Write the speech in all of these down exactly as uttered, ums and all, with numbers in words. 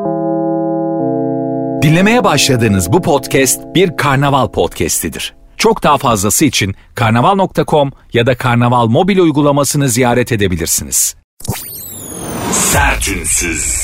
Dinlemeye başladığınız bu podcast bir karnaval podcastidir. Çok daha fazlası için karnaval nokta com ya da Karnaval mobil uygulamasını ziyaret edebilirsiniz. Sertünsüz.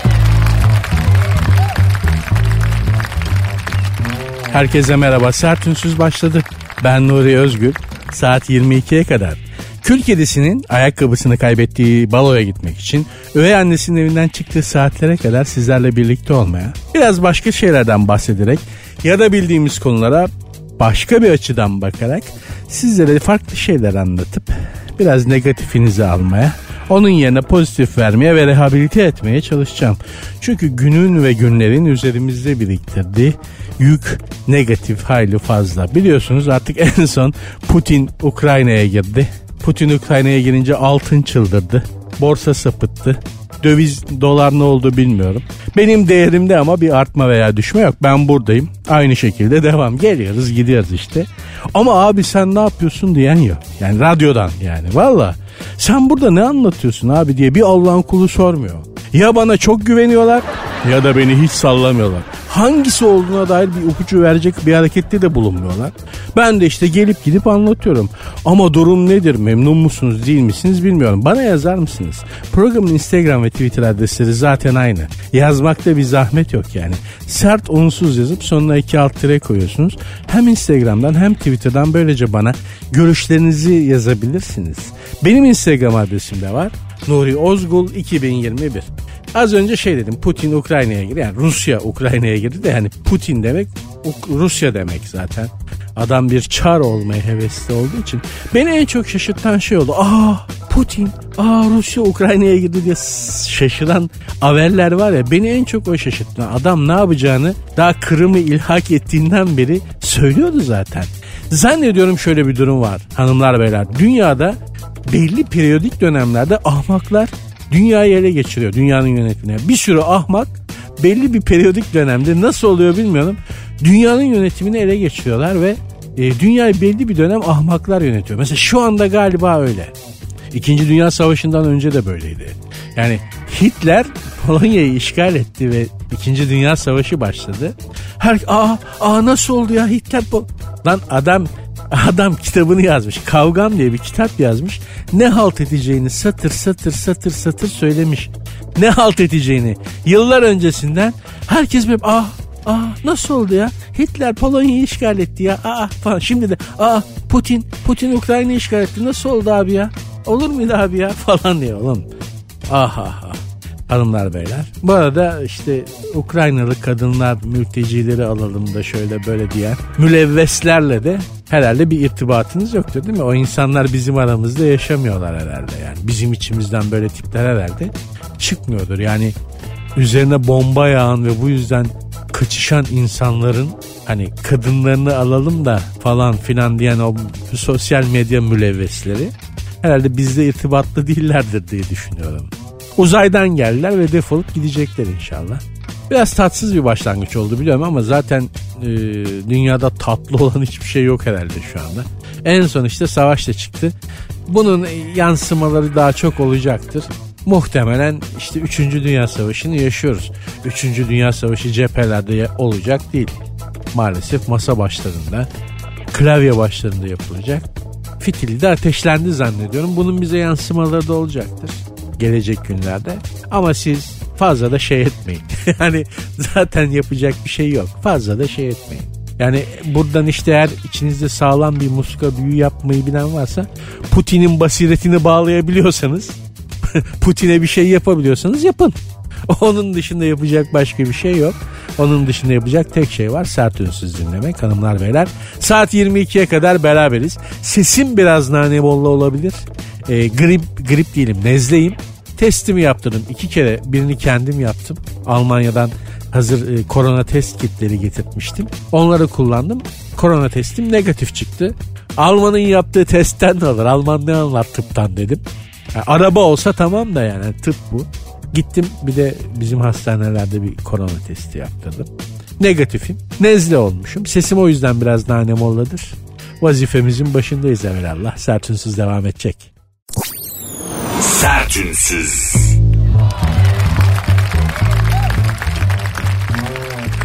Herkese merhaba. Sertünsüz başladı. Ben Nuri Özgül. Saat yirmi ikiye kadar kül kedisinin ayakkabısını kaybettiği baloya gitmek için üvey annesinin evinden çıktığı saatlere kadar sizlerle birlikte olmaya, biraz başka şeylerden bahsederek ya da bildiğimiz konulara başka bir açıdan bakarak sizlere farklı şeyler anlatıp biraz negatifinizi almaya, onun yerine pozitif vermeye ve rehabilite etmeye çalışacağım. Çünkü günün ve günlerin üzerimizde biriktirdiği yük negatif hayli fazla. Biliyorsunuz artık en son Putin Ukrayna'ya girdi. Putin Ukrayna'ya girince altın çıldırdı. Borsa sapıttı. Döviz, dolar ne oldu bilmiyorum. Benim değerimde ama bir artma veya düşme yok. Ben buradayım. Aynı şekilde devam. Geliyoruz gidiyoruz işte. Ama abi sen ne yapıyorsun diyen yok. Yani radyodan yani. Valla sen burada ne anlatıyorsun abi diye bir Allah'ın kulu sormuyor. Ya bana çok güveniyorlar ya da beni hiç sallamıyorlar. Hangisi olduğuna dair bir ipucu verecek bir harekette de bulunmuyorlar. Ben de işte gelip gidip anlatıyorum. Ama durum nedir? Memnun musunuz değil misiniz bilmiyorum. Bana yazar mısınız? Programın Instagram ve Twitter adresleri zaten aynı. Yazmakta bir zahmet yok yani. Sert unsuz yazıp sonuna iki alt tire koyuyorsunuz. Hem Instagram'dan hem Twitter'dan böylece bana görüşlerinizi yazabilirsiniz. Benim Instagram adresim de var. Nuri Ozgul iki bin yirmi bir. Az önce şey dedim, Putin Ukrayna'ya girdi. Yani Rusya Ukrayna'ya girdi de yani Putin demek Rusya demek zaten. Adam bir çar olmaya hevesli olduğu için. Beni en çok şaşırtan şey oldu. Aa Putin, aa Rusya Ukrayna'ya girdi diye şaşıran haberler var ya, beni en çok o şaşırttı. Adam ne yapacağını daha Kırım'ı ilhak ettiğinden beri söylüyordu zaten. Zannediyorum şöyle bir durum var hanımlar beyler. Dünyada belli periyodik dönemlerde ahmaklar dünyayı ele geçiriyor, dünyanın yönetimine. Bir sürü ahmak belli bir periyodik dönemde nasıl oluyor bilmiyorum, dünyanın yönetimini ele geçiriyorlar ve e, dünyayı belli bir dönem ahmaklar yönetiyor. Mesela şu anda galiba öyle. İkinci Dünya Savaşı'ndan önce de böyleydi. Yani Hitler Polonya'yı işgal etti ve İkinci Dünya Savaşı başladı. Her aa, aa nasıl oldu ya Hitler Pol- lan adam Adam kitabını yazmış. Kavgam diye bir kitap yazmış. Ne halt edeceğini satır satır satır satır söylemiş. Ne halt edeceğini. Yıllar öncesinden herkes hep ah ah nasıl oldu ya? Hitler Polonya'yı işgal etti ya. Ah falan. Şimdi de ah Putin Putin Ukrayna'yı işgal etti. Nasıl oldu abi ya? Olur muydu abi ya? Falan diyor oğlum. Ah ah ah. Hanımlar beyler. Bu arada işte Ukraynalı kadınlar mültecileri alalım da şöyle böyle diyen mülevveslerle de herhalde bir irtibatınız yoktur değil mi? O insanlar bizim aramızda yaşamıyorlar herhalde yani. Bizim içimizden böyle tipler herhalde çıkmıyordur. Yani üzerine bomba yağan ve bu yüzden kaçışan insanların hani kadınlarını alalım da falan filan diyen o sosyal medya mülevvesleri herhalde bizle irtibatlı değillerdir diye düşünüyorum. Uzaydan geldiler ve defolup gidecekler inşallah. Biraz tatsız bir başlangıç oldu biliyorum ama zaten e, dünyada tatlı olan hiçbir şey yok herhalde şu anda. En son işte savaş da çıktı. Bunun yansımaları daha çok olacaktır. Muhtemelen işte üçüncü Dünya Savaşı'nı yaşıyoruz. üçüncü Dünya Savaşı cephelerde olacak değil. Maalesef masa başlarında, klavye başlarında yapılacak. Fitili de ateşlendi zannediyorum. Bunun bize yansımaları da olacaktır gelecek günlerde. Ama siz fazla da şey etmeyin. Yani zaten yapacak bir şey yok. Fazla da şey etmeyin. Yani buradan işte eğer içinizde sağlam bir muska büyü yapmayı bilen varsa, Putin'in basiretini bağlayabiliyorsanız, Putin'e bir şey yapabiliyorsanız yapın. Onun dışında yapacak başka bir şey yok. Onun dışında yapacak tek şey var: sert ünsüz dinlemek hanımlar beyler. Saat yirmi ikiye kadar beraberiz. Sesim biraz nane bolla olabilir. E, grip, grip değilim, nezleyim. Testimi yaptırdım iki kere, birini kendim yaptım. Almanya'dan hazır e, korona test kitleri getirtmiştim. Onları kullandım. Korona testim negatif çıktı. Almanın yaptığı testten de alır. Alman ne anlar tıptan dedim. Yani araba olsa tamam da yani tıp bu. Gittim bir de bizim hastanelerde bir korona testi yaptırdım. Negatifim. Nezle olmuşum. Sesim o yüzden biraz nane molladır. Vazifemizin başındayız evvelallah. Sertünsüz devam edecek. Sertünsüz.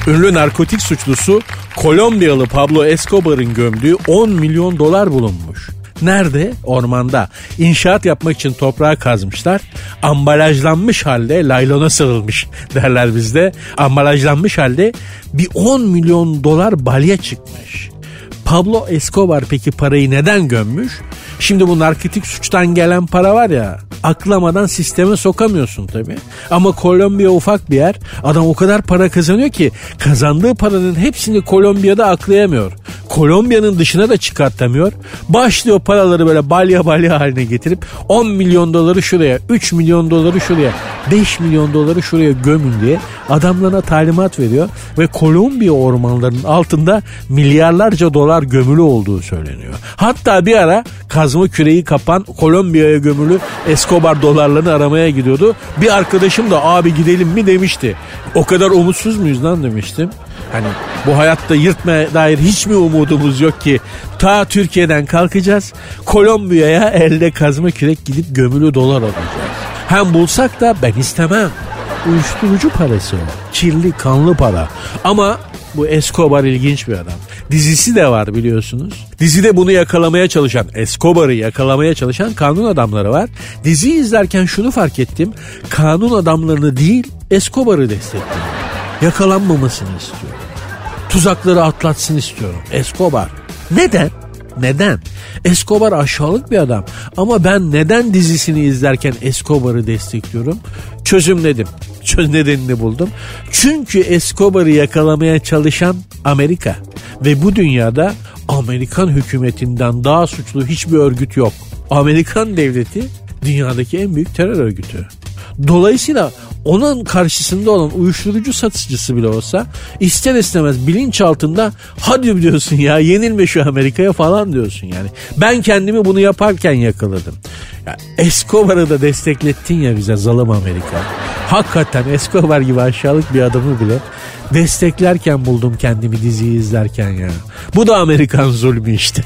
Ünlü narkotik suçlusu Kolombiyalı Pablo Escobar'ın gömdüğü on milyon dolar bulunmuş. Nerede? Ormanda. İnşaat yapmak için toprağa kazmışlar. Ambalajlanmış halde, laylona sarılmış derler bizde. Ambalajlanmış halde bir on milyon dolar balya çıkmış. Pablo Escobar peki parayı neden gömmüş? Şimdi bu narkotik suçtan gelen para var ya, aklamadan sisteme sokamıyorsun tabii. Ama Kolombiya ufak bir yer. Adam o kadar para kazanıyor ki kazandığı paranın hepsini Kolombiya'da aklayamıyor. Kolombiya'nın dışına da çıkartamıyor. Başlıyor paraları böyle balya balya haline getirip on milyon doları şuraya, üç milyon doları şuraya, beş milyon doları şuraya gömün diye adamlarına talimat veriyor. Ve Kolombiya ormanlarının altında milyarlarca dolar gömülü olduğu söyleniyor. Hatta bir ara kazma küreği kapan Kolombiya'ya gömülü Escobar dolarlarını aramaya gidiyordu. Bir arkadaşım da abi gidelim mi demişti. O kadar umutsuz muyuz lan demiştim. Hani bu hayatta yırtmaya dair hiç mi umudumuz yok ki? Ta Türkiye'den kalkacağız. Kolombiya'ya elde kazma kürek gidip gömülü dolar alacağız. Hem bulsak da ben istemem. Uyuşturucu parası o. Kirli, kanlı para. Ama bu Escobar ilginç bir adam. Dizisi de var biliyorsunuz. Dizide bunu yakalamaya çalışan, Escobar'ı yakalamaya çalışan kanun adamları var. Diziyi izlerken şunu fark ettim. Kanun adamlarını değil, Escobar'ı destekliyorum. Yakalanmamasını istiyorum. Tuzakları atlatsın istiyorum. Escobar. Neden? Neden? Escobar aşağılık bir adam. Ama ben neden dizisini izlerken Escobar'ı destekliyorum? Çözümledim. Çöz nedenini buldum. Çünkü Escobar'ı yakalamaya çalışan Amerika. Ve bu dünyada Amerikan hükümetinden daha suçlu hiçbir örgüt yok. Amerikan devleti dünyadaki en büyük terör örgütü. Dolayısıyla onun karşısında olan uyuşturucu satıcısı bile olsa ister istemez bilinç altında hadi diyorsun ya, yenilme şu Amerika'ya falan diyorsun yani. Ben kendimi bunu yaparken yakaladım. Ya Escobar'ı da desteklettin ya bize zalim Amerika. Hakikaten Escobar gibi aşağılık bir adamı bile desteklerken buldum kendimi diziyi izlerken ya. Bu da Amerikan zulmü işte.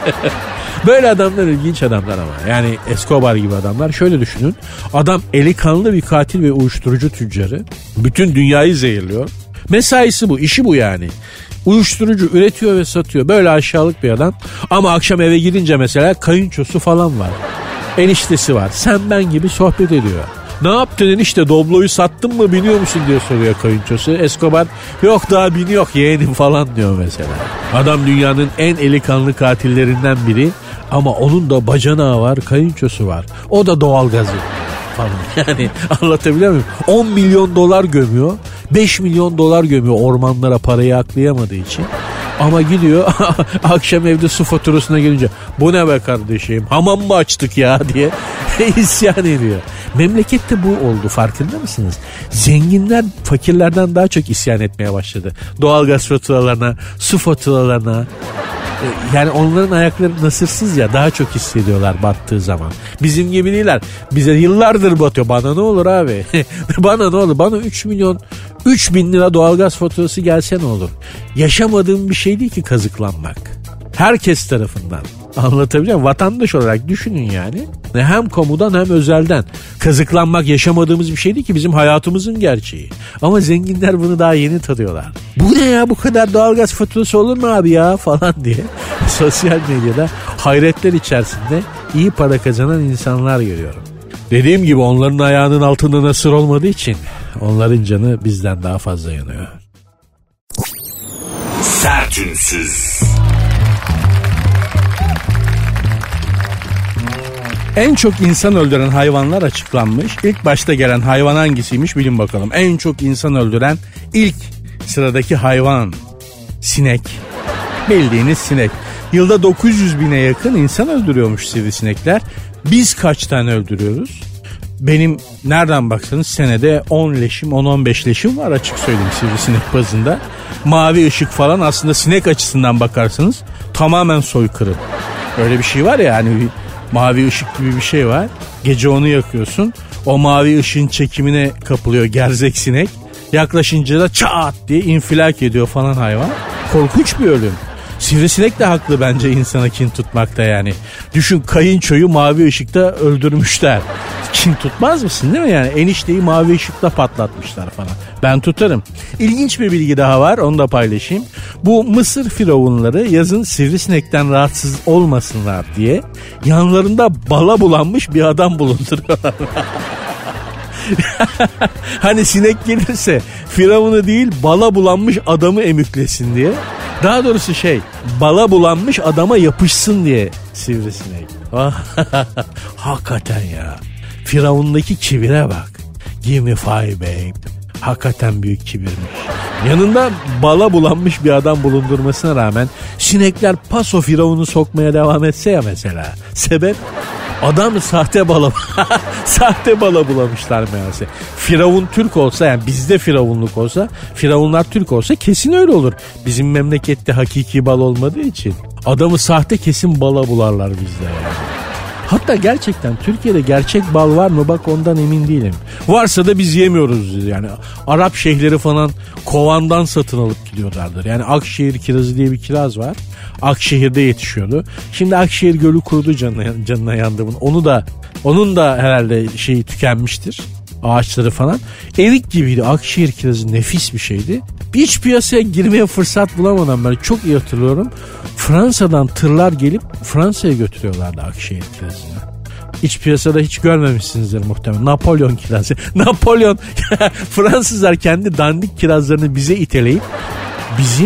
Böyle adamlar ilginç adamlar ama. Yani Escobar gibi adamlar. Şöyle düşünün. Adam eli kanlı bir katil ve uyuşturucu tüccarı. Bütün dünyayı zehirliyor. Mesaisi bu, işi bu yani. Uyuşturucu üretiyor ve satıyor. Böyle aşağılık bir adam. Ama akşam eve gidince mesela kayınçosu falan var. Eniştesi var. Sen ben gibi sohbet ediyor. Ne yaptın enişte, Doblo'yu sattın mı, biniyor musun diye soruyor kayınçosu. Escobar yok daha biniyor yeğenim falan diyor mesela. Adam dünyanın en eli kanlı katillerinden biri ama onun da bacanağı var, kayınçosu var. O da doğalgazı falan. Yani anlatabiliyor muyum? on milyon dolar gömüyor, beş milyon dolar gömüyor ormanlara parayı aklayamadığı için. Ama gidiyor akşam evde su faturasına gelince bu ne be kardeşim, hamam mı açtık ya diye isyan ediyor. Memlekette bu oldu, farkında mısınız? Zenginler fakirlerden daha çok isyan etmeye başladı. Doğalgaz faturalarına, su faturalarına. Yani onların ayakları nasırsız ya, daha çok hissediyorlar battığı zaman. Bizim gibi değiller. Bize yıllardır batıyor. Bana ne olur abi? Bana ne olur? Bana üç milyon üç bin lira doğalgaz faturası gelse ne olur? Yaşamadığım bir şey değil ki kazıklanmak. Herkes tarafından. Anlatabiliyor muyum? Vatandaş olarak düşünün yani. Hem kamudan hem özelden. Kazıklanmak yaşamadığımız bir şey değil ki, bizim hayatımızın gerçeği. Ama zenginler bunu daha yeni tadıyorlar. Bu ne ya, bu kadar doğalgaz faturası olur mu abi ya falan diye. Sosyal medyada hayretler içerisinde iyi para kazanan insanlar görüyorum. Dediğim gibi onların ayağının altında nasır olmadığı için onların canı bizden daha fazla yanıyor. Sertünsüz. En çok insan öldüren hayvanlar açıklanmış. İlk başta gelen hayvan hangisiymiş bilin bakalım. En çok insan öldüren ilk sıradaki hayvan sinek. Bildiğiniz sinek. Yılda dokuz yüz bine yakın insan öldürüyormuş sivrisinekler. Biz kaç tane öldürüyoruz? Benim nereden baksanız senede on leşim on on beş leşim var, açık söyleyeyim, sivrisinek bazında. Mavi ışık falan aslında sinek açısından bakarsanız tamamen soykırım. Öyle bir şey var ya hani, bir mavi ışık gibi bir şey var. Gece onu yakıyorsun. O mavi ışığın çekimine kapılıyor gerzek sinek. Yaklaşınca da çat diye infilak ediyor falan hayvan. Korkunç bir ölüm. Sivrisinek de haklı bence insana kin tutmakta yani. Düşün, kayınçoyu mavi ışıkta öldürmüşler. Kin tutmaz mısın değil mi yani? Enişteyi mavi ışıkta patlatmışlar falan. Ben tutarım. İlginç bir bilgi daha var, onu da paylaşayım. Bu Mısır firavunları yazın sivrisinekten rahatsız olmasınlar diye yanlarında bala bulanmış bir adam bulunduruyorlar. Hani sinek gelirse firavunu değil bala bulanmış adamı emüklesin diye. Daha doğrusu şey, bala bulanmış adama yapışsın diye sivrisinek. Hakikaten ya. Firavundaki kibire bak. Give me five babe. Hakikaten büyük kibirmiş. Yanında bala bulanmış bir adam bulundurmasına rağmen sinekler paso firavunu sokmaya devam etse ya mesela. Sebep? Adam sahte bala sahte bala bulamışlar meğerse. Firavun Türk olsa, yani bizde firavunluk olsa, firavunlar Türk olsa kesin öyle olur. Bizim memlekette hakiki bal olmadığı için adamı sahte kesin bala bularlar bizde yani. Hatta gerçekten Türkiye'de gerçek bal var mı bak ondan emin değilim. Varsa da biz yemiyoruz yani. Arap şeyhleri falan kovandan satın alıp gidiyorlardır. Yani Akşehir kirazı diye bir kiraz var. Akşehir'de yetişiyordu. Şimdi Akşehir Gölü kurudu, canına, canına yandı bunun. Onu da, onun da herhalde şeyi tükenmiştir. Ağaçları falan. Erik gibiydi. Akşehir kirazı nefis bir şeydi. Hiç piyasaya girmeye fırsat bulamadan ben çok iyi hatırlıyorum. Fransa'dan tırlar gelip Fransa'ya götürüyorlardı Akşehir kirazını. İç piyasada hiç görmemişsinizdir muhtemelen. Napolyon kirazı. Napolyon. Fransızlar kendi dandik kirazlarını bize iteleyip bizim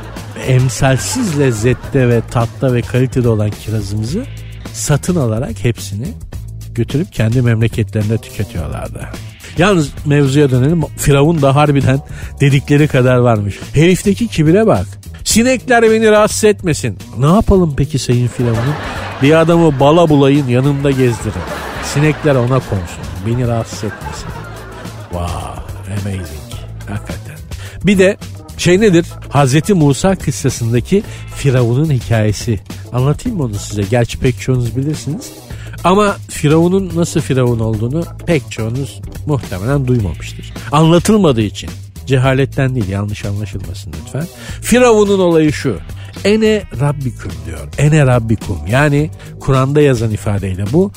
emsalsiz lezzette ve tatta ve kalitede olan kirazımızı satın alarak hepsini götürüp kendi memleketlerinde tüketiyorlardı. Yalnız mevzuya dönelim. Firavun da harbiden dedikleri kadar varmış. Herifteki kibire bak. Sinekler beni rahatsız etmesin. Ne yapalım peki Sayın Firavun'un? Bir adamı bala bulayın, yanımda gezdirin. Sinekler ona konsun. Beni rahatsız etmesin. Wow, amazing. Hakikaten. Bir de şey nedir? Hazreti Musa kıssasındaki Firavun'un hikayesi. Anlatayım mı onu size? Gerçi pek çoğunuz bilirsiniz. Ama Firavun'un nasıl Firavun olduğunu pek çoğunuz muhtemelen duymamıştır. Anlatılmadığı için. Cehaletten değil, yanlış anlaşılmasın lütfen. Firavun'un olayı şu. Ene Rabbikum diyor. Ene Rabbikum. Yani Kur'an'da yazan ifadeyle bu.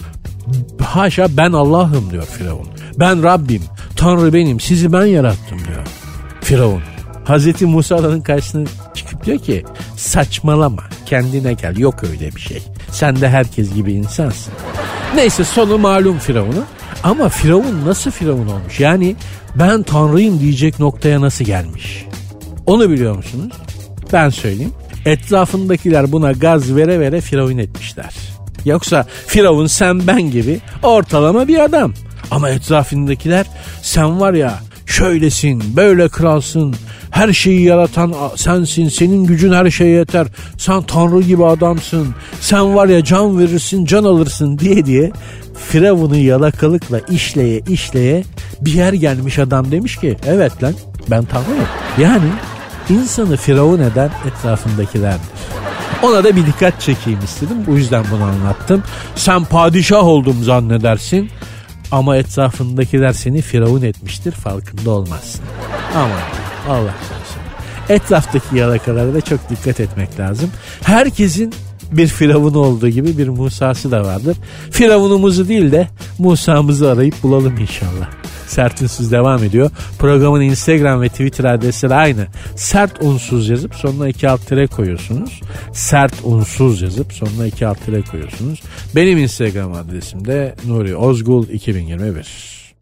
Haşa ben Allah'ım diyor Firavun. Ben Rabbim. Tanrı benim. Sizi ben yarattım diyor Firavun. Hazreti Musa'nın karşısına çıkıp diyor ki saçmalama, kendine gel, yok öyle bir şey. Sen de herkes gibi insansın. Neyse sonu malum Firavun'un. Ama Firavun nasıl Firavun olmuş? Yani ben Tanrıyım diyecek noktaya nasıl gelmiş? Onu biliyor musunuz? Ben söyleyeyim. Etrafındakiler buna gaz vere vere Firavun etmişler. Yoksa Firavun sen ben gibi ortalama bir adam. Ama etrafındakiler sen var ya şöylesin, böyle kralsın, her şeyi yaratan sensin, senin gücün her şeye yeter, sen Tanrı gibi adamsın, sen var ya can verirsin, can alırsın diye diye Firavun'u yalakalıkla işleye işleye bir yer gelmiş adam demiş ki evet lan ben Tanrıyım. Yani insanı Firavun eden etrafındakilerdir. Ona da bir dikkat çekeyim istedim, bu yüzden bunu anlattım. Sen padişah oldum zannedersin. Ama etrafındakiler seni Firavun etmiştir, farkında olmazsın. Aman Allah korusun. Etraftaki yalakalara da çok dikkat etmek lazım. Herkesin bir Firavun olduğu gibi bir Musa'sı da vardır. Firavunumuzu değil de Musa'mızı arayıp bulalım inşallah. Sert Unsuz devam ediyor. Programın Instagram ve Twitter adresleri aynı. Sert Unsuz yazıp sonuna iki alt tire koyuyorsunuz. Sert Unsuz yazıp sonuna iki alt tire koyuyorsunuz. Benim Instagram adresim de Nuri Ozgul iki bin yirmi bir.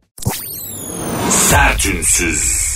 Sert Unsuz.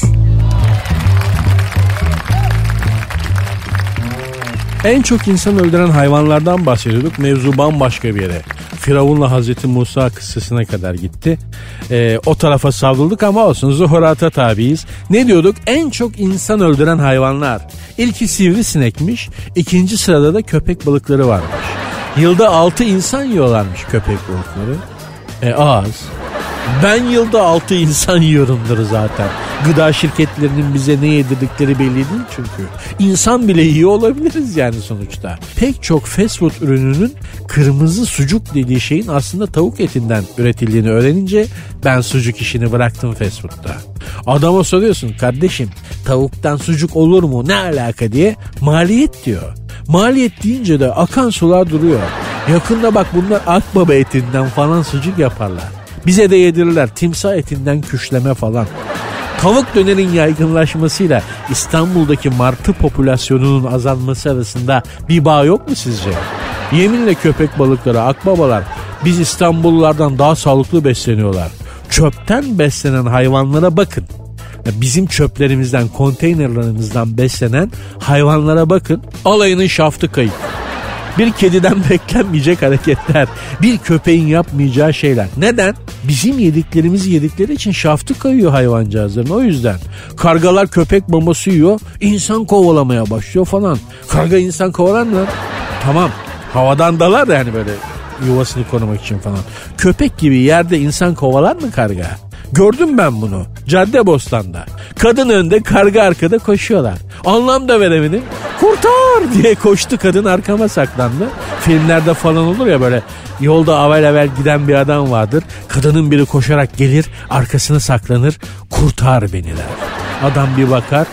En çok insan öldüren hayvanlardan bahsediyorduk. Mevzu bambaşka bir yere. Firavun'la Hazreti Musa kıssasına kadar gitti. Ee, o tarafa savrulduk ama olsun, zuhurata tabiiz. Ne diyorduk? En çok insan öldüren hayvanlar. İlki sivrisinekmiş. İkinci sırada da köpek balıkları varmış. Yılda altı insan yiyorlarmış köpek balıkları. E az. Ben yılda altı insan yiyorumdur zaten. Gıda şirketlerinin bize ne yedirdikleri belli değil çünkü. İnsan bile yiyor olabiliriz yani sonuçta. Pek çok fast food ürününün kırmızı sucuk dediği şeyin aslında tavuk etinden üretildiğini öğrenince ben sucuk işini bıraktım fast food'da. Adama soruyorsun, kardeşim tavuktan sucuk olur mu, ne alaka diye, maliyet diyor. Maliyet deyince de akan sular duruyor. Yakında bak bunlar akbaba etinden falan sucuk yaparlar. Bize de yedirirler timsah etinden küşleme falan. Tavuk dönerin yaygınlaşmasıyla İstanbul'daki martı popülasyonunun azalması arasında bir bağ yok mu sizce? Yeminle köpek balıkları, akbabalar biz İstanbullulardan daha sağlıklı besleniyorlar. Çöpten beslenen hayvanlara bakın. Bizim çöplerimizden, konteynerlerimizden beslenen hayvanlara bakın. Alayının şaftı kayıp. Bir kediden beklenmeyecek hareketler, bir köpeğin yapmayacağı şeyler. Neden? Bizim yediklerimizi yedikleri için şaftı kayıyor hayvancağızların, o yüzden. Kargalar köpek maması yiyor, insan kovalamaya başlıyor falan. Karga insan kovalar mı? Tamam, havadan dalar da yani böyle yuvasını korumak için falan. Köpek gibi yerde insan kovalar mı karga? Gördüm ben bunu Caddebostan'da. Kadın önde, karga arkada koşuyorlar. Anlam da veremedim. Kurtar diye koştu, kadın arkama saklandı. Filmlerde falan olur ya, böyle yolda avel avel giden bir adam vardır. Kadının biri koşarak gelir, arkasına saklanır. Kurtar beni der. Adam bir bakar.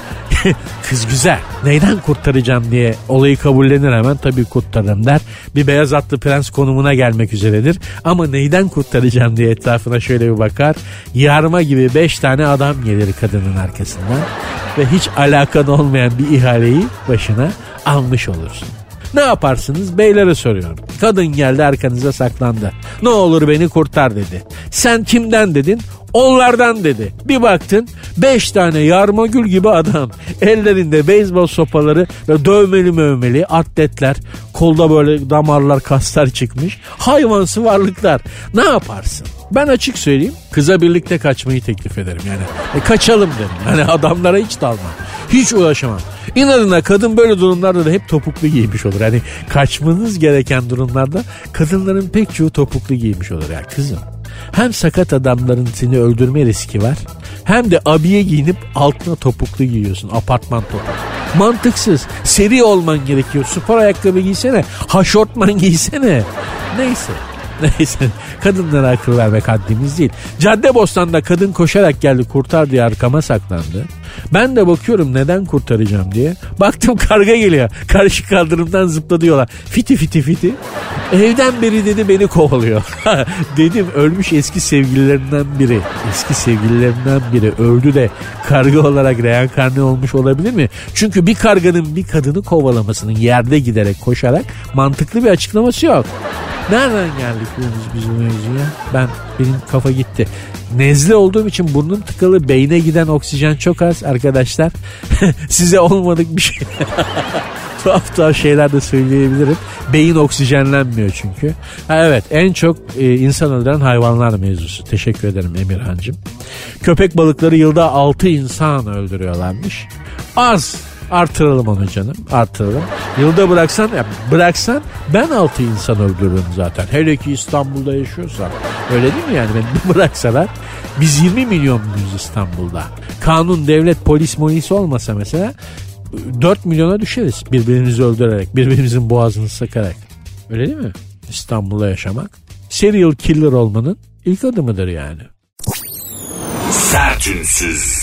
Kız güzel, neyden kurtaracağım diye olayı kabullenir, hemen tabii kurtarırım der. Bir beyaz atlı prens konumuna gelmek üzeredir. Ama neyden kurtaracağım diye etrafına şöyle bir bakar. Yarma gibi beş tane adam gelir kadının arkasından. Ve hiç alakan olmayan bir ihaleyi başına almış olursun. Ne yaparsınız? Beylere soruyorum. Kadın geldi, arkanıza saklandı. Ne olur beni kurtar dedi. Sen kimden dedin? Onlardan dedi. Bir baktın beş tane yarmagül gibi adam. Ellerinde beyzbol sopaları ve dövmeli mövmeli atletler. Kolda böyle damarlar, kaslar çıkmış. Hayvansı varlıklar. Ne yaparsın? Ben açık söyleyeyim, kıza birlikte kaçmayı teklif ederim yani. E, kaçalım derim. Yani adamlara hiç dalmam. Hiç uğraşamam. İnadına kadın böyle durumlarda da hep topuklu giymiş olur. Yani kaçmanız gereken durumlarda kadınların pek çoğu topuklu giymiş olur ya kızım. Hem sakat adamların seni öldürme riski var, hem de abiye giyinip altına topuklu giyiyorsun, apartman topuklu. Mantıksız. Seri olman gerekiyor. Spor ayakkabı giysene, haşortman giysene. Neyse. Neyse, kadınlara akıl vermek haddimiz değil. Caddebostan'da kadın koşarak geldi, kurtar diye arkama saklandı. Ben de bakıyorum neden kurtaracağım diye. Baktım karga geliyor. Karşı kaldırımdan zıpladı yola. Fiti fiti fiti. Evden beri dedi beni kovalıyor. Dedim ölmüş eski sevgililerinden biri. Eski sevgililerinden biri öldü de karga olarak reenkarne olmuş olabilir mi? Çünkü bir karganın bir kadını kovalamasının yerde giderek koşarak mantıklı bir açıklaması yok. Nereden geldik biz, biz bu mevzuya? Ben, benim kafa gitti. Nezle olduğum için burnum tıkalı, beyne giden oksijen çok az arkadaşlar. Size olmadık bir şey. Tuhaf tuhaf şeyler de söyleyebilirim. Beyin oksijenlenmiyor çünkü. Ha, evet, en çok e, insan öldüren hayvanlar mevzusu. Teşekkür ederim Emirhan'cığım. Köpek balıkları yılda altı insan öldürüyorlarmış. Az. Artıralım onu canım, artıralım. Yılda bıraksan, ya bıraksan ben altı insan öldürürüm zaten. Hele ki İstanbul'da yaşıyorsam. Öyle değil mi yani? Beni bıraksalar, biz yirmi milyon muyuz İstanbul'da? Kanun, devlet, polis, molis olmasa mesela dört milyona düşeriz birbirimizi öldürerek, birbirimizin boğazını sıkarak. Öyle değil mi? İstanbul'da yaşamak serial killer olmanın ilk adımıdır yani. Sertünsüz.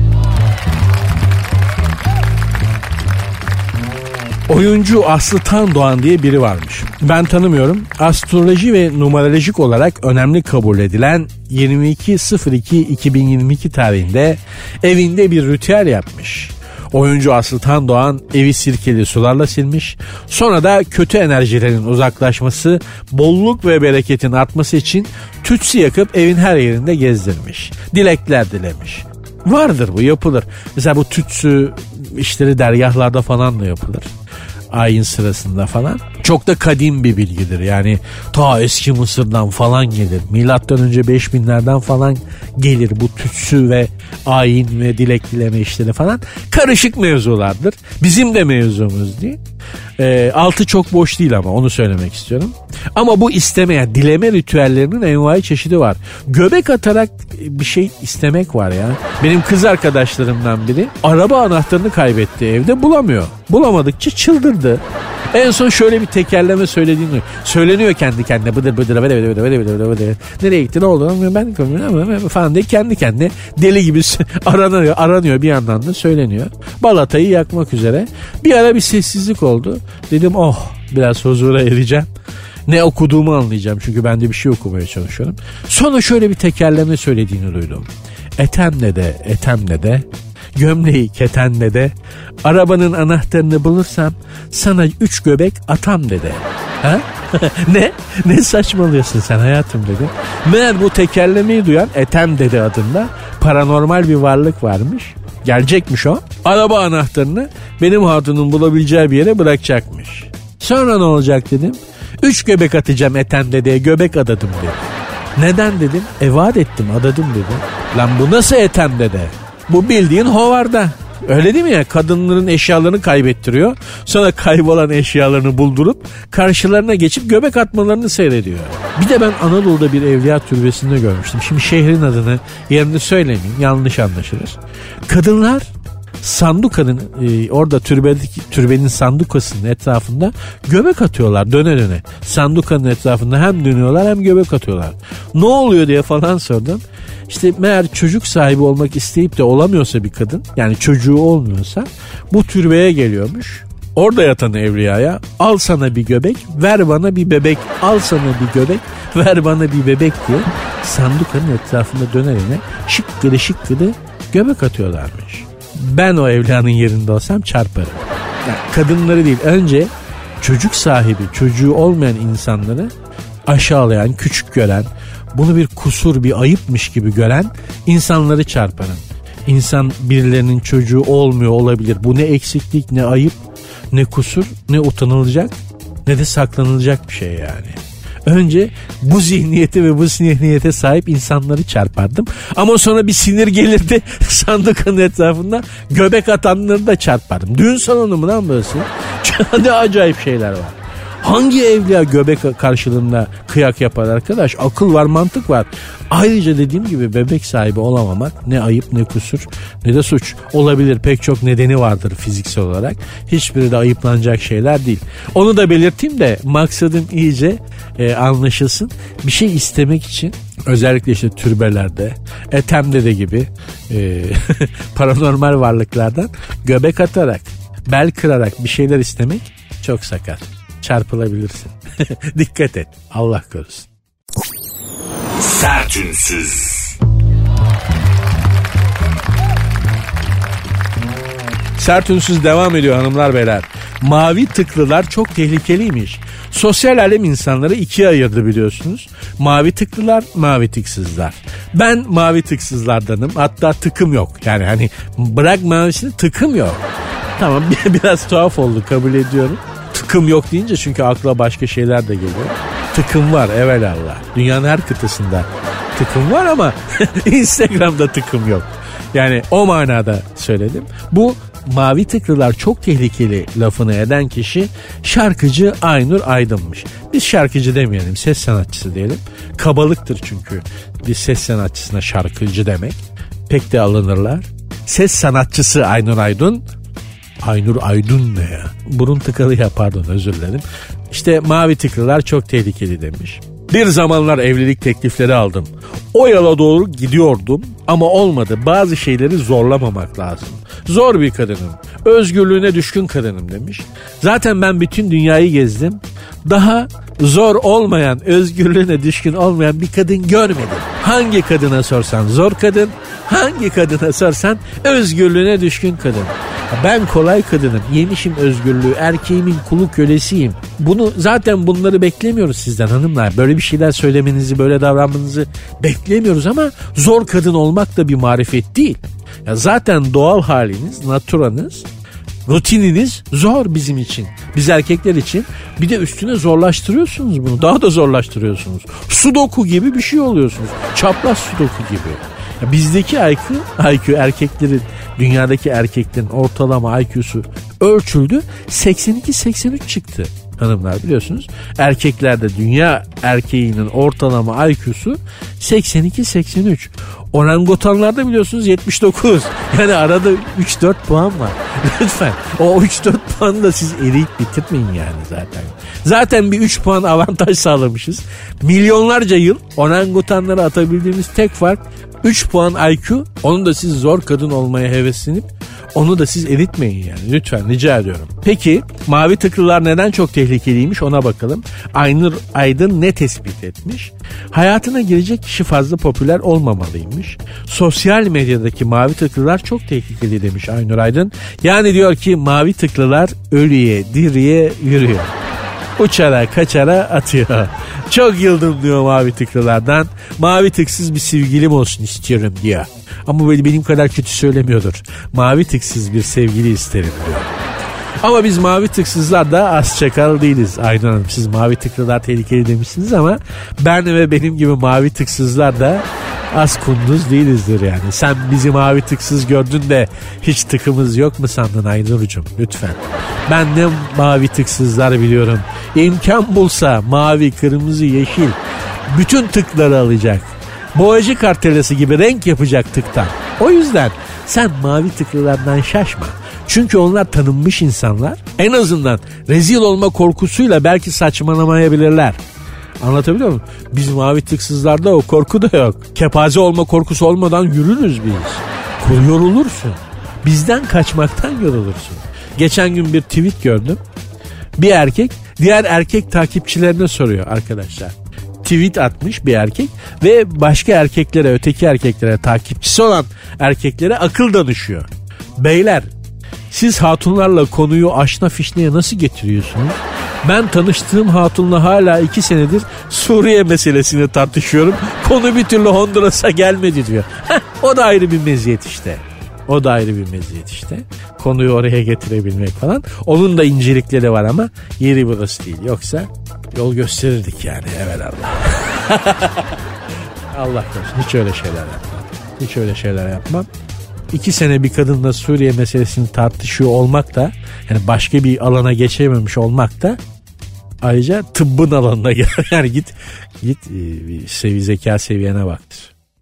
Oyuncu Aslı Tandoğan diye biri varmış. Ben tanımıyorum. Astroloji ve numerolojik olarak önemli kabul edilen yirmi iki iki iki bin yirmi iki tarihinde evinde bir ritüel yapmış. Oyuncu Aslı Tandoğan evi sirkeli sularla silmiş. Sonra da kötü enerjilerin uzaklaşması, bolluk ve bereketin artması için tütsü yakıp evin her yerinde gezdirmiş. Dilekler dilemiş. Vardır, bu yapılır. Mesela bu tütsü işleri dergahlarda falan da yapılır. Ayin sırasında falan. Çok da kadim bir bilgidir. Yani ta eski Mısır'dan falan gelir. Milattan önce beş binlerden falan gelir bu tütsü ve ayin ve dilek dileme işleri falan. Karışık mevzulardır. Bizim de mevzumuz değil. E, altı çok boş değil ama onu söylemek istiyorum. Ama bu istemeye, dileme ritüellerinin envai çeşidi var. Göbek atarak bir şey istemek var ya. Benim kız arkadaşlarımdan biri araba anahtarını kaybetti, evde bulamıyor. Bulamadıkça çıldırdı. En son şöyle bir tekerleme söylediğini söyleniyor kendi kendine. Bıdır bıdır bıdır bıdır bıdır bıdır bıdır. Nereye gitti ne oldu ben falan diye kendi kendine deli gibi aranıyor, aranıyor bir yandan da söyleniyor. Balatayı yakmak üzere. Bir ara bir sessizlik oldu. Dedim oh biraz huzura ereceğim. Ne okuduğumu anlayacağım çünkü ben de bir şey okumaya çalışıyorum. Sonra şöyle bir tekerleme söylediğini duydum. Etemle de etemle de gömleği ketenle de arabanın anahtarını bulursam sana üç göbek atam dedi. Ha? ne? Ne saçmalıyorsun sen hayatım dedi. Meğer bu tekerlemeyi duyan Etem Dede adında paranormal bir varlık varmış. Gelecekmiş o. Araba anahtarını benim hatunun bulabileceği bir yere bırakacakmış. Sonra ne olacak dedim. Üç göbek atacağım Ethem Dede'ye, göbek adadım dedi. Neden dedim. E vaat ettim adadım dedi. Lan bu nasıl Ethem Dede? Bu bildiğin hovarda. Öyle değil mi ya? Kadınların eşyalarını kaybettiriyor. Sonra kaybolan eşyalarını buldurup karşılarına geçip göbek atmalarını seyrediyor. Bir de ben Anadolu'da bir evliya türbesinde görmüştüm. Şimdi şehrin adını yerini söylemeyeyim. Yanlış anlaşılır. Kadınlar sandukanın e, orada türbedeki, türbenin sandukasının etrafında göbek atıyorlar döne döne. Sandukanın etrafında hem dönüyorlar hem göbek atıyorlar. Ne oluyor diye falan sordum. İşte meğer çocuk sahibi olmak isteyip de olamıyorsa bir kadın, yani çocuğu olmuyorsa bu türbeye geliyormuş. Orada yatan evliyaya al sana bir göbek, ver bana bir bebek, al sana bir göbek, ver bana bir bebek diye sandukanın etrafında dönerine şıkkıdı şıkkıdı göbek atıyorlarmış. Ben o evliyanın yerinde olsam çarparım. Yani kadınları değil, önce çocuk sahibi, çocuğu olmayan insanları aşağılayan, küçük gören, bunu bir kusur, bir ayıpmış gibi gören insanları çarparım. İnsan birilerinin çocuğu olmuyor olabilir. Bu ne eksiklik, ne ayıp, ne kusur, ne utanılacak, ne de saklanılacak bir şey yani. Önce bu zihniyete ve bu zihniyete sahip insanları çarpardım. Ama sonra bir sinir gelirdi, sandukanın etrafında göbek atanları da çarpardım. Düğün salonu mu lan burası? Ne acayip şeyler var. Hangi evliya göbek karşılığında kıyak yapar arkadaş? Akıl var, mantık var. Ayrıca dediğim gibi bebek sahibi olamamak ne ayıp, ne kusur, ne de suç. Olabilir, pek çok nedeni vardır fiziksel olarak. Hiçbiri de ayıplanacak şeyler değil. Onu da belirteyim de maksadım iyice e, anlaşılsın. Bir şey istemek için özellikle işte türbelerde, Ethem Dede gibi e, paranormal varlıklardan göbek atarak, bel kırarak bir şeyler istemek çok sakar. Çarpılabilirsin. Dikkat et. Allah korusun. Sertünsüz. Sertünsüz devam ediyor hanımlar beyler. Mavi tıklılar çok tehlikeliymiş. Sosyal alem insanları ikiye ayırdı biliyorsunuz. Mavi tıklılar, mavi tıksızlar. Ben mavi tıksızlardanım. Hatta tıkım yok. Yani hani bırak mavisini, tıkım yok. Tamam, biraz tuhaf oldu, kabul ediyorum. Tıkım yok deyince çünkü akla başka şeyler de geliyor. Tıkım var evelallah. Dünyanın her kıtasında tıkım var ama Instagram'da tıkım yok. Yani o manada söyledim. Bu mavi tıklılar çok tehlikeli lafını eden kişi şarkıcı Aynur Aydın'mış. Biz şarkıcı demeyelim, ses sanatçısı diyelim. Kabalıktır çünkü bir ses sanatçısına şarkıcı demek. Pek de alınırlar. Ses sanatçısı Aynur Aydın. Aynur Aydın ne ya? Burun tıkalı ya, pardon, özür dilerim. İşte mavi tıklılar çok tehlikeli demiş. Bir zamanlar evlilik teklifleri aldım. O yola doğru gidiyordum ama olmadı. Bazı şeyleri zorlamamak lazım. Zor bir kadınım. Özgürlüğüne düşkün kadınım demiş. Zaten ben bütün dünyayı gezdim. Daha zor olmayan, özgürlüğüne düşkün olmayan bir kadın görmedim. Hangi kadına sorsan zor kadın, hangi kadına sorsan özgürlüğüne düşkün kadın. Ben kolay kadınım, yemişim özgürlüğü, erkeğimin kulu kölesiyim. Bunu zaten bunları beklemiyoruz sizden hanımlar. Böyle bir şeyler söylemenizi, böyle davranmanızı beklemiyoruz ama zor kadın olmak da bir marifet değil. Ya zaten doğal haliniz, naturanız, rutininiz zor bizim için. Biz erkekler için bir de üstüne zorlaştırıyorsunuz bunu. Daha da zorlaştırıyorsunuz. Sudoku gibi bir şey oluyorsunuz. Çapraz sudoku gibi. Ya bizdeki I Q, I Q erkeklerin, dünyadaki erkeklerin ortalama I Q'su ölçüldü. seksen iki seksen üç çıktı. hanımlar biliyorsunuz. Erkeklerde dünya erkeğinin ortalama I Q'su seksen iki seksen üç. Orangutanlarda biliyorsunuz yetmiş dokuz. Yani arada üç dört puan var. Lütfen o üç dört puanı da siz eriyip bitirmeyin yani zaten. Zaten bir üç puan avantaj sağlamışız. Milyonlarca yıl orangutanlara atabildiğimiz tek fark üç puan I Q. Onu da siz zor kadın olmaya heveslenip onu da siz eritmeyin yani. Lütfen rica ediyorum. Peki mavi tıklılar neden çok tehlikeliymiş ona bakalım. Aynur Aydın ne tespit etmiş? Hayatına girecek kişi fazla popüler olmamalıymış. Sosyal medyadaki mavi tıklılar çok tehlikeli demiş Aynur Aydın. Yani diyor ki mavi tıklılar ölüye diriye yürüyor. Uçara kaçara atıyor. Çok yıldım diyor mavi tıklılardan. Mavi tıksız bir sevgilim olsun istiyorum diyor. Ama böyle benim kadar kötü söylemiyordur. Mavi tıksız bir sevgili isterim diyor. Ama biz mavi tıksızlar da az çakal değiliz. Aynen Hanım, siz mavi tıklılar tehlikeli demişsiniz ama ben ve benim gibi mavi tıksızlar da az kunduz değilizdir yani. Sen bizi mavi tıksız gördün de hiç tıkımız yok mu sandın Aynur'cum? Lütfen. Ben ne mavi tıksızlar biliyorum. İmkan bulsa mavi, kırmızı, yeşil bütün tıkları alacak. Boyacı kartelesi gibi renk yapacak tıktan. O yüzden sen mavi tıklılardan şaşma. Çünkü onlar tanınmış insanlar. En azından rezil olma korkusuyla belki saçmalamayabilirler. Anlatabiliyor muyum? Biz mavi tıksızlarda o korku da yok. Kepaze olma korkusu olmadan yürürüz biz. Yorulursun. Bizden kaçmaktan yorulursun. Geçen gün bir tweet gördüm. Bir erkek diğer erkek takipçilerine soruyor arkadaşlar. Tweet atmış bir erkek ve başka erkeklere, öteki erkeklere, takipçisi olan erkeklere akıl danışıyor. Beyler, siz hatunlarla konuyu aşna fişneye nasıl getiriyorsunuz? Ben tanıştığım hatunla hala iki senedir Suriye meselesini tartışıyorum. Konu bir türlü Honduras'a gelmedi diyor. Heh, o da ayrı bir meziyet işte. O da ayrı bir meziyet işte. Konuyu oraya getirebilmek falan. Onun da incelikleri var ama yeri burası değil. Yoksa yol gösterirdik yani. Evet Allah. Allah korusun. Hiç öyle şeyler yapmam. Hiç öyle şeyler yapmam. İki sene bir kadınla Suriye meselesini tartışıyor olmak da, yani başka bir alana geçememiş olmak da, ayrıca tıbbın alanına gel. Yani git git bir sevi zeka seviyene baktır.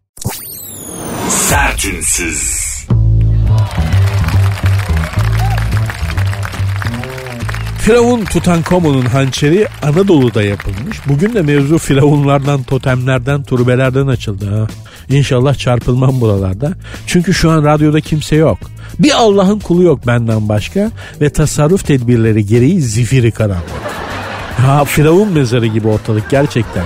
Sertünsüz. Firavun Tutankamon'un hançeri Anadolu'da yapılmış. Bugün de mevzu firavunlardan, totemlerden, turbelerden açıldı. Ha. İnşallah çarpılmam buralarda. Çünkü şu an radyoda kimse yok. Bir Allah'ın kulu yok benden başka ve tasarruf tedbirleri gereği zifiri karanlık. Ha, firavun mezarı gibi ortalık gerçekten.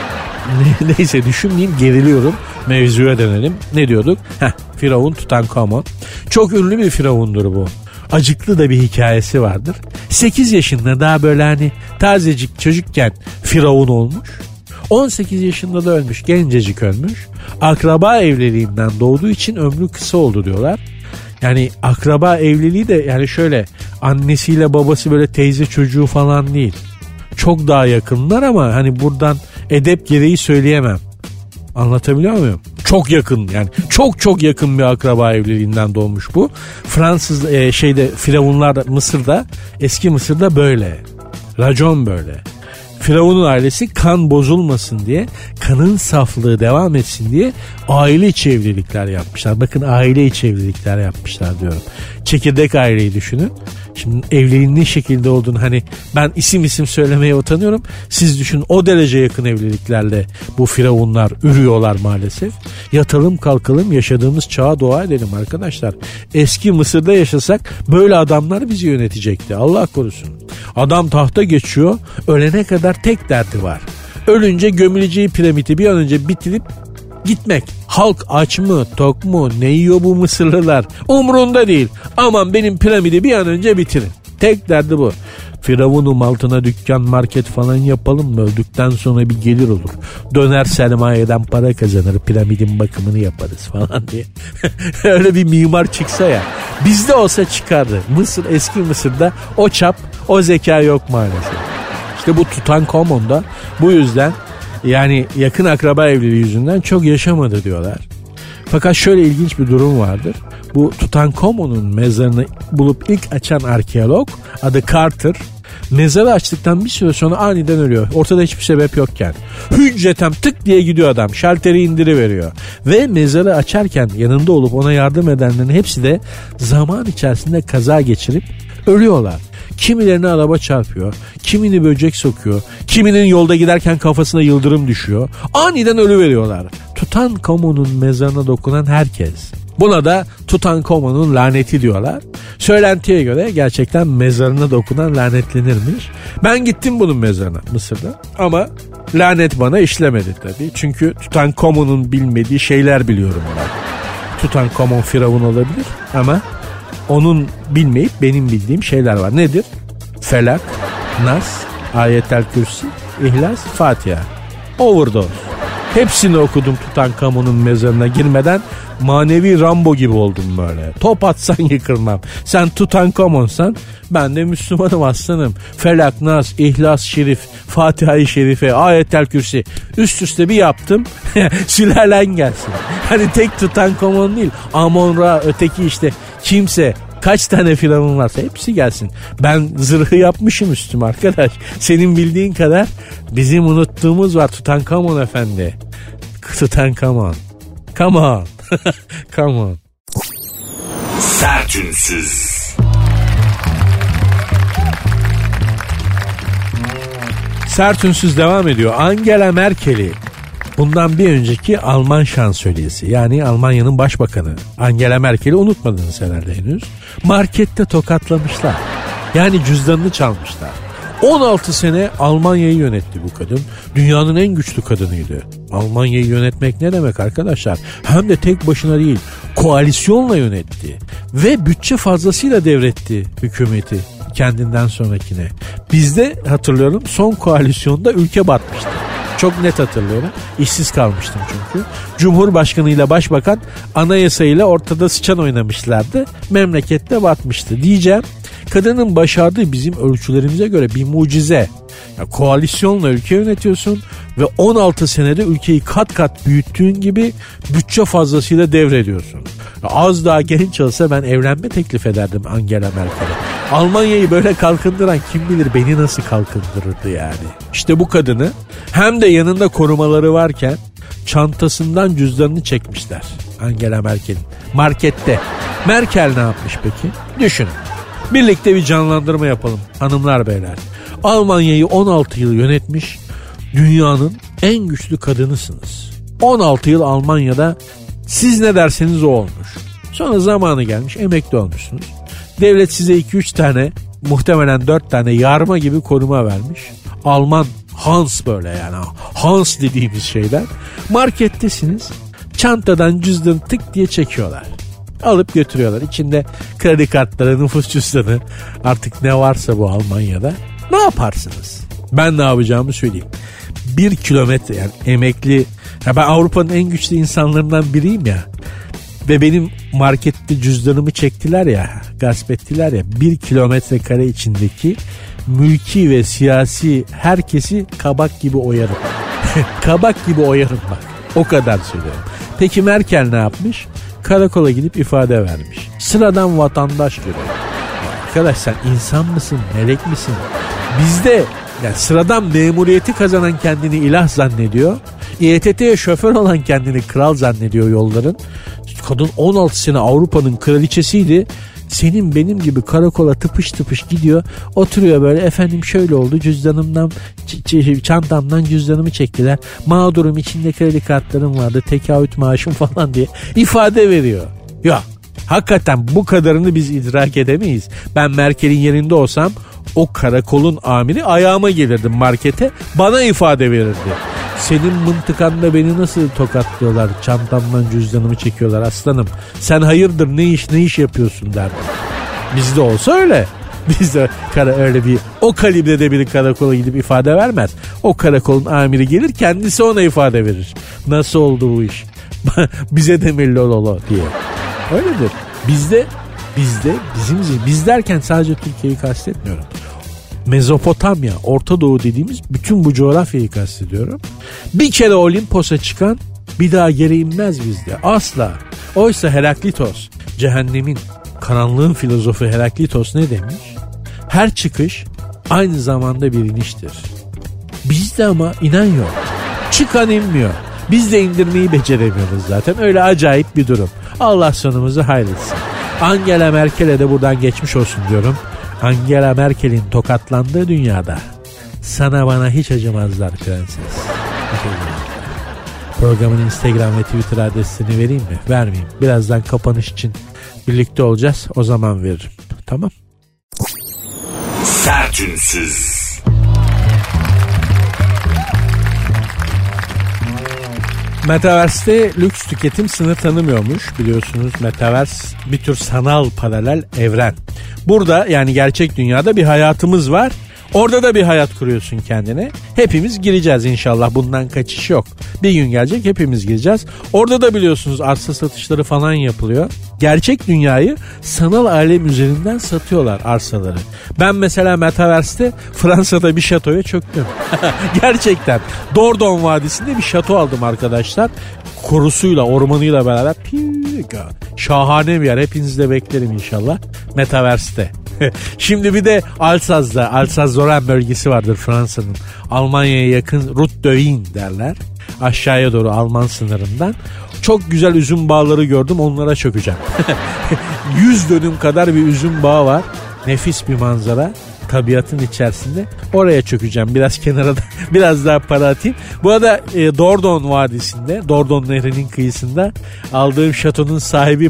Neyse düşünmeyeyim, geriliyorum. Mevzuya dönelim. Ne diyorduk? Heh, Firavun Tutankamon. Çok ünlü bir firavundur bu. Acıklı da bir hikayesi vardır. sekiz yaşında daha böyle hani tazecik çocukken firavun olmuş. on sekiz yaşında da ölmüş. Gencecik ölmüş. Akraba evliliğinden doğduğu için ömrü kısa oldu diyorlar. Yani akraba evliliği de yani şöyle, annesiyle babası böyle teyze çocuğu falan değil. Çok daha yakınlar ama hani buradan edep gereği söyleyemem. Anlatabiliyor muyum? Çok yakın, yani çok çok yakın bir akraba evliliğinden doğmuş bu. Fransız e, şeyde firavunlar Mısır'da, eski Mısır'da böyle. Racon böyle. Firavun'un ailesi kan bozulmasın diye, kanın saflığı devam etsin diye aile içi evlilikler yapmışlar. Bakın, aile içi evlilikler yapmışlar diyorum. Çekirdek aileyi düşünün. Şimdi evliliğin ne şekilde olduğunu, hani ben isim isim söylemeye utanıyorum. Siz düşünün, o derece yakın evliliklerle bu firavunlar ürüyorlar maalesef. Yatalım kalkalım, yaşadığımız çağa dua edelim arkadaşlar. Eski Mısır'da yaşasak böyle adamlar bizi yönetecekti. Allah korusun. Adam tahta geçiyor, ölene kadar tek derdi var. Ölünce gömüleceği piramidi bir an önce bitirip gitmek. Halk aç mı, tok mu, ne yiyor bu Mısırlılar? Umrunda değil. Aman benim piramidi bir an önce bitirin. Tek derdi bu. Firavunum altına dükkan, market falan yapalım mı? Öldükten sonra bir gelir olur. Döner sermayeden para kazanır, piramidin bakımını yaparız falan diye. Öyle bir mimar çıksa ya. Bizde olsa çıkardı. Mısır, eski Mısır'da o çap, o zeka yok maalesef. İşte bu Tutankamon'da bu yüzden, yani yakın akraba evliliği yüzünden çok yaşamadı diyorlar. Fakat şöyle ilginç bir durum vardır. Bu Tutankamon'un mezarını bulup ilk açan arkeolog adı Carter. Mezarı açtıktan bir süre sonra aniden ölüyor. Ortada hiçbir sebep yokken. Hücretem tık diye gidiyor adam. Şalteri indiriveriyor. Ve mezarı açarken yanında olup ona yardım edenlerin hepsi de zaman içerisinde kaza geçirip ölüyorlar. Kimilerine araba çarpıyor, kimini böcek sokuyor, kiminin yolda giderken kafasına yıldırım düşüyor. Aniden ölüveriyorlar. Tutankamon'un mezarına dokunan herkes. Buna da Tutankamon'un laneti diyorlar. Söylentiye göre gerçekten mezarına dokunan lanetlenirmiş. Ben gittim bunun mezarına Mısır'da ama lanet bana işlemedi tabii. Çünkü Tutankamon'un bilmediği şeyler biliyorum ben. Tutankamon firavun olabilir ama onun bilmeyip benim bildiğim şeyler var. Nedir? Felak, Nas, Ayetel Kürsi, İhlas, Fatiha. Overdose. Hepsini okudum Tutankamon'un mezarına girmeden. Manevi Rambo gibi oldum böyle. Top atsan yıkılmam. Sen Tutankamon'san ben de Müslümanım aslanım. Felak, Nas, İhlas Şerif, Fatiha-i Şerife, Ayetel Kürsi üst üste bir yaptım. Sülalen gelsin. Hani tek Tutankamon değil. Amon-Ra, öteki işte kimse, kaç tane firavun varsa hepsi gelsin. Ben zırhı yapmışım üstüme arkadaş. Senin bildiğin kadar bizim unuttuğumuz var Tutankamon efendi. Tutankamon. Come on. Come on. Sertünsüz. Sertünsüz devam ediyor. Angela Merkel'i bundan bir önceki Alman şansölyesi, yani Almanya'nın başbakanı Angela Merkel'i unutmadınız herhalde henüz. Markette tokatlamışlar. Yani cüzdanını çalmışlar. on altı sene Almanya'yı yönetti bu kadın. Dünyanın en güçlü kadınıydı. Almanya'yı yönetmek ne demek arkadaşlar? Hem de tek başına değil, koalisyonla yönetti. Ve bütçe fazlasıyla devretti hükümeti kendinden sonrakine. Bizde hatırlıyorum son koalisyonda ülke batmıştı. Çok net hatırlıyorum. İşsiz kalmıştım çünkü. Cumhurbaşkanıyla başbakan anayasayla ortada sıçan oynamışlardı. Memlekette batmıştı. Diyeceğim, kadının başardığı bizim ölçülerimize göre bir mucize. Ya, koalisyonla ülke yönetiyorsun ve on altı senede ülkeyi kat kat büyüttüğün gibi bütçe fazlasıyla devrediyorsun. Ya, az daha genç olsa ben evlenme teklif ederdim Angela Merkel'e. Almanya'yı böyle kalkındıran kim bilir beni nasıl kalkındırırdı yani. İşte bu kadını hem de yanında korumaları varken çantasından cüzdanını çekmişler Angela Merkel'in markette. Merkel ne yapmış peki? Düşünün. Birlikte bir canlandırma yapalım hanımlar beyler. Almanya'yı on altı yıl yönetmiş, dünyanın en güçlü kadınısınız. on altı yıl Almanya'da siz ne derseniz o olmuş. Sonra zamanı gelmiş, emekli olmuşsunuz. Devlet size iki üç tane, muhtemelen dört tane yarma gibi koruma vermiş. Alman Hans böyle yani. Hans dediğimiz şeyler. Markettesiniz. Çantadan cüzdanı tık diye çekiyorlar. Alıp götürüyorlar. İçinde kredi kartları, nüfus cüzdanı, artık ne varsa bu Almanya'da. Ne yaparsınız? Ben ne yapacağımı söyleyeyim. Bir kilometre yani emekli. Ya ben Avrupa'nın en güçlü insanlarından biriyim ya. Ve benim markette cüzdanımı çektiler ya, gasp ettiler ya. Bir kilometre kare içindeki mülki ve siyasi herkesi kabak gibi oyarım. Kabak gibi oyarım bak. O kadar söylüyorum. Peki Merkel ne yapmış? Karakola gidip ifade vermiş. Sıradan vatandaş görüyor. Arkadaş sen insan mısın, melek misin? Bizde yani sıradan memuriyeti kazanan kendini ilah zannediyor. İ T T'ye şoför olan kendini kral zannediyor yolların. Kadın on altı sene Avrupa'nın kraliçesiydi. Senin benim gibi karakola tıpış tıpış gidiyor. Oturuyor böyle, efendim şöyle oldu, cüzdanımdan ç- çantamdan cüzdanımı çektiler. Mağdurum, içinde kredi kartlarım vardı, tekahüt maaşım falan diye ifade veriyor. Ya hakikaten bu kadarını biz idrak edemeyiz. Ben Merkel'in yerinde olsam o karakolun amiri ayağıma gelirdi markete, bana ifade verirdi. Senin mıntıkanda beni nasıl tokatlıyorlar, çantamdan cüzdanımı çekiyorlar aslanım. Sen hayırdır, ne iş ne iş yapıyorsun derdi. Bizde olsa öyle. Bizde kara öyle bir o kalibrede biri karakola gidip ifade vermez. O karakolun amiri gelir, kendisi ona ifade verir. Nasıl oldu bu iş? Bize de millololo diye. Öyledir. Bizde bizde bizim biz derken sadece Türkiye'yi kastetmiyorum. Mezopotamya, Orta Doğu dediğimiz bütün bu coğrafyayı kastediyorum. Bir kere Olimpos'a çıkan bir daha geri inmez bizde. Asla. Oysa Heraklitos, cehennemin, karanlığın filozofu Heraklitos ne demiş? Her çıkış aynı zamanda bir iniştir. Bizde ama inen yok. Çıkan inmiyor. Biz de indirmeyi beceremiyoruz zaten. Öyle acayip bir durum. Allah sonumuzu hayretsin. Angela Merkel'e de buradan geçmiş olsun diyorum. Angela Merkel'in tokatlandığı dünyada sana bana hiç acımazlar prenses. Hiç acımazlar. Programın Instagram ve Twitter adresini vereyim mi? Vermeyeyim. Birazdan kapanış için birlikte olacağız. O zaman veririm. Tamam. Sertünsüz. Metaverse'te lüks tüketim sınır tanımıyormuş. Biliyorsunuz Metaverse bir tür sanal paralel evren. Burada yani gerçek dünyada bir hayatımız var. Orada da bir hayat kuruyorsun kendine. Hepimiz gireceğiz inşallah. Bundan kaçış yok. Bir gün gelecek hepimiz gireceğiz. Orada da biliyorsunuz arsa satışları falan yapılıyor. Gerçek dünyayı sanal alem üzerinden satıyorlar arsaları. Ben mesela Metaverse'te Fransa'da bir şatoya çöktüm. Gerçekten. Dordogne Vadisi'nde bir şato aldım arkadaşlar. Korusuyla, ormanıyla beraber. Şahane bir yer. Hepinizi de beklerim inşallah. Metaverse'te. Şimdi bir de Alsaz'da, Alsaz-Lorraine bölgesi vardır Fransa'nın. Almanya'ya yakın Route de Vigne derler. Aşağıya doğru Alman sınırından. Çok güzel üzüm bağları gördüm, onlara çökeceğim. yüz dönüm kadar bir üzüm bağı var. Nefis bir manzara. Tabiatın içerisinde. Oraya çökeceğim. Biraz kenara da biraz daha para atayım. Bu arada e, Dordogne Vadisi'nde, Dordogne Nehri'nin kıyısında aldığım şatonun sahibi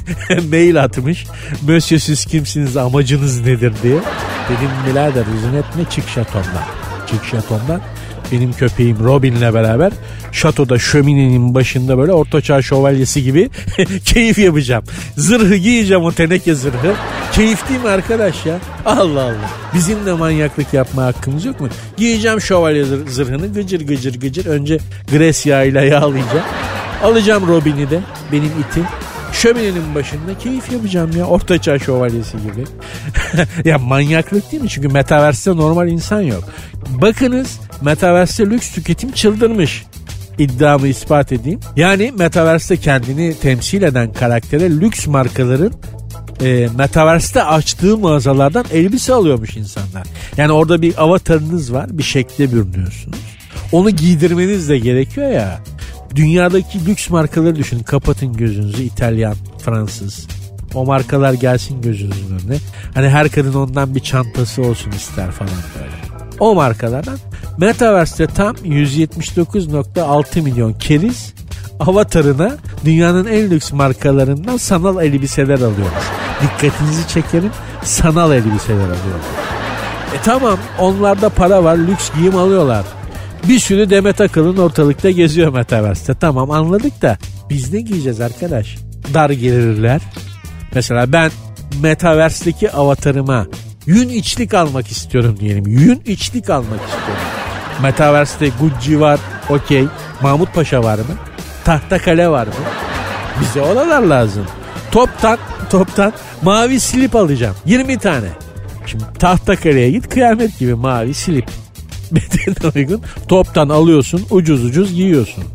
mail atmış. Monsieur siz kimsiniz, amacınız nedir diye. Dedim birader üzün etme, çık şatondan. Çık şatondan. Benim köpeğim Robin'le beraber şatoda şöminenin başında böyle ortaçağ şövalyesi gibi keyif yapacağım. Zırhı giyeceğim, o teneke zırhı. Keyif değil mi arkadaş ya? Allah Allah. Bizim de manyaklık yapma hakkımız yok mu? Giyeceğim şövalye zırhını gıcır gıcır gıcır. Önce gres yağıyla yağlayacağım. Alacağım Robin'i de, benim iti. Şöminenin başında keyif yapacağım ya. Ortaçağ şövalyesi gibi. Ya manyaklık değil mi? Çünkü Metaverse'de normal insan yok. Bakınız Metaverse'de lüks tüketim çıldırmış. İddiamı ispat edeyim. Yani Metaverse'de kendini temsil eden karaktere lüks markaların e, Metaverse'de açtığı mağazalardan elbise alıyormuş insanlar. Yani orada bir avatarınız var. Bir şekle bürünüyorsunuz. Onu giydirmeniz de gerekiyor ya. Dünyadaki lüks markaları düşünün. Kapatın gözünüzü. İtalyan, Fransız. O markalar gelsin gözünüzün önüne. Hani her kadın ondan bir çantası olsun ister falan böyle. O markalardan Metaverse'de tam yüz yetmiş dokuz virgül altı milyon keriz avatarına dünyanın en lüks markalarından sanal elbiseler alıyormuş. Dikkatinizi çekerim, sanal elbiseler alıyorlar. E tamam, onlarda para var, lüks giyim alıyorlar. Bir sürü Demet Akalın ortalıkta geziyor Metaverse'de. Tamam, anladık da biz ne giyeceğiz arkadaş? Dar gelirler. Mesela ben Metaverse'deki avatarıma yün içlik almak istiyorum diyelim. Yün içlik almak istiyorum. Metaverse'de Gucci var, okey. Mahmut Paşa var mı? Tahtakale var mı? Bize oralar lazım. Toptan, toptan mavi slip alacağım. yirmi tane. Şimdi Tahtakale'ye git, kıyamet gibi mavi slip. Bedenine uygun. Toptan alıyorsun, ucuz ucuz giyiyorsun.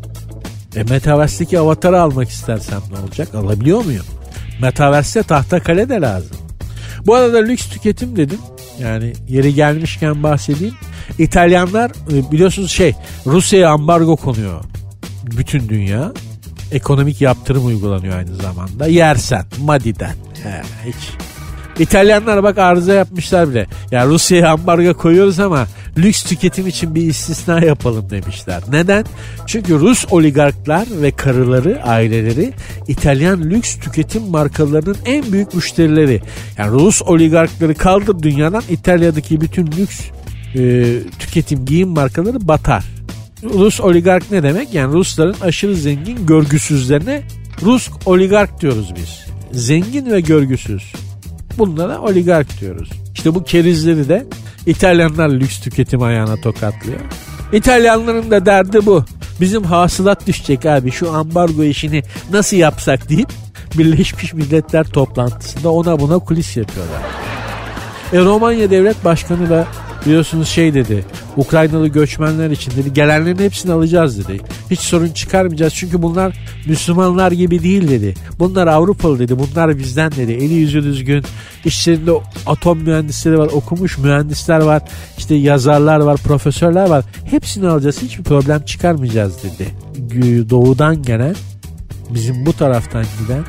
E Metaverse'deki avatarı almak istersem ne olacak? Alabiliyor muyum? Metaverse'de Tahtakale de lazım. Bu arada lüks tüketim dedim. Yani yeri gelmişken bahsedeyim. İtalyanlar biliyorsunuz şey, Rusya'ya ambargo konuyor. Bütün dünya. Ekonomik yaptırım uygulanıyor aynı zamanda. Yersen, madiden. He, hiç. İtalyanlar bak arıza yapmışlar bile. Ya Rusya'ya ambargo koyuyoruz ama lüks tüketim için bir istisna yapalım demişler. Neden? Çünkü Rus oligarklar ve karıları, aileleri İtalyan lüks tüketim markalarının en büyük müşterileri. Yani Rus oligarkları kaldır dünyadan, İtalya'daki bütün lüks e, tüketim giyim markaları batar. Rus oligark ne demek? Yani Rusların aşırı zengin görgüsüzlerine Rus oligark diyoruz biz. Zengin ve görgüsüz. Bunlara oligark diyoruz. İşte bu kerizleri de İtalyanlar lüks tüketim ayağına tokatlıyor. İtalyanların da derdi bu. Bizim hasılat düşecek abi, şu ambargo işini nasıl yapsak deyip Birleşmiş Milletler toplantısında ona buna kulis yapıyorlar. E Romanya Devlet Başkanı da biliyorsunuz şey dedi. Ukraynalı göçmenler için dedi gelenlerin hepsini alacağız dedi. Hiç sorun çıkarmayacağız çünkü bunlar Müslümanlar gibi değil dedi. Bunlar Avrupalı dedi. Bunlar bizden dedi. Eli yüzü düzgün. İşlerinde atom mühendisleri var. Okumuş mühendisler var. İşte yazarlar var. Profesörler var. Hepsini alacağız. Hiçbir problem çıkarmayacağız dedi. Doğudan gelen bizim bu taraftan giden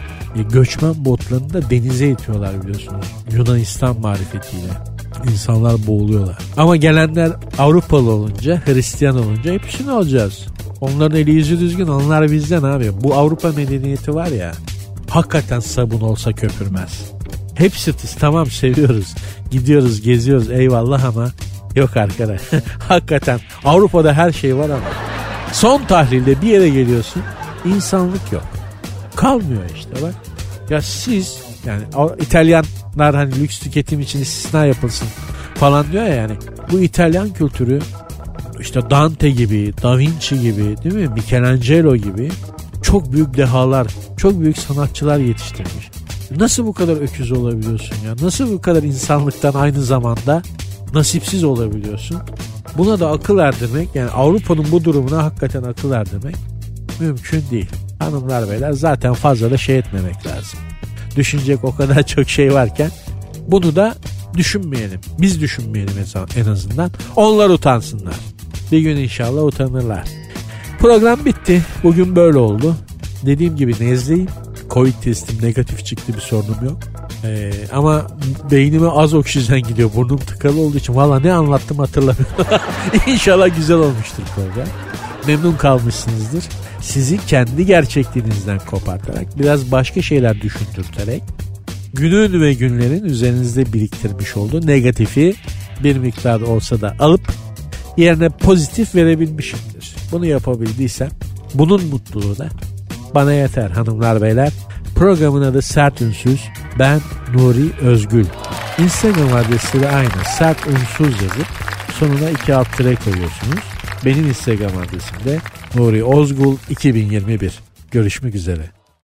göçmen botlarını da denize itiyorlar biliyorsunuz. Yunanistan marifetiyle. İnsanlar boğuluyorlar. Ama gelenler Avrupalı olunca, Hristiyan olunca hepsini alacağız. Onların eli yüzü düzgün, onlar bizden abi. Bu Avrupa medeniyeti var ya, hakikaten sabun olsa köpürmez. Hepsi tıs, tamam seviyoruz. Gidiyoruz, geziyoruz eyvallah ama yok arkadaş. Hakikaten Avrupa'da her şey var ama son tahlilde bir yere geliyorsun, insanlık yok. Kalmıyor işte bak. Ya siz yani İtalyanlar hani lüks tüketim için istisna yapılsın falan diyor ya yani. Bu İtalyan kültürü işte Dante gibi, Da Vinci gibi değil mi? Michelangelo gibi çok büyük dehalar, çok büyük sanatçılar yetiştirmiş. Nasıl bu kadar öküz olabiliyorsun ya? Nasıl bu kadar insanlıktan aynı zamanda nasipsiz olabiliyorsun? Buna da akıl erdirmek yani Avrupa'nın bu durumuna hakikaten akıl erdirmek mümkün değil. Hanımlar beyler zaten fazla da şey etmemek lazım. Düşünecek o kadar çok şey varken bunu da düşünmeyelim. Biz düşünmeyelim en azından. Onlar utansınlar. Bir gün inşallah utanırlar. Program bitti. Bugün böyle oldu. Dediğim gibi nezleyim. Covid testim negatif çıktı, bir sorunum yok. Ee, ama beynime az oksijen gidiyor. Burnum tıkalı olduğu için valla ne anlattım hatırlamıyorum. İnşallah güzel olmuştur program. Memnun kalmışsınızdır. Sizi kendi gerçekliğinizden kopartarak, biraz başka şeyler düşündürterek günün ve günlerin üzerinizde biriktirmiş olduğu negatifi bir miktar olsa da alıp yerine pozitif verebilmişimdir. Bunu yapabildiysem bunun mutluluğu da bana yeter hanımlar beyler. Programın adı Sert Ünsüz. Ben Nuri Özgül. Instagram adresi de aynı. Sert Ünsüz yazıp sonuna iki alt tire koyuyorsunuz. Benim Instagram adresim de Nuri Ozgul iki bin yirmi bir. Görüşmek üzere.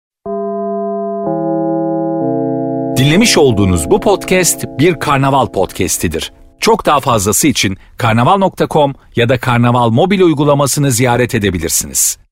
Dinlemiş olduğunuz bu podcast bir karnaval podcastidir. Çok daha fazlası için karnaval nokta com ya da karnaval mobil uygulamasını ziyaret edebilirsiniz.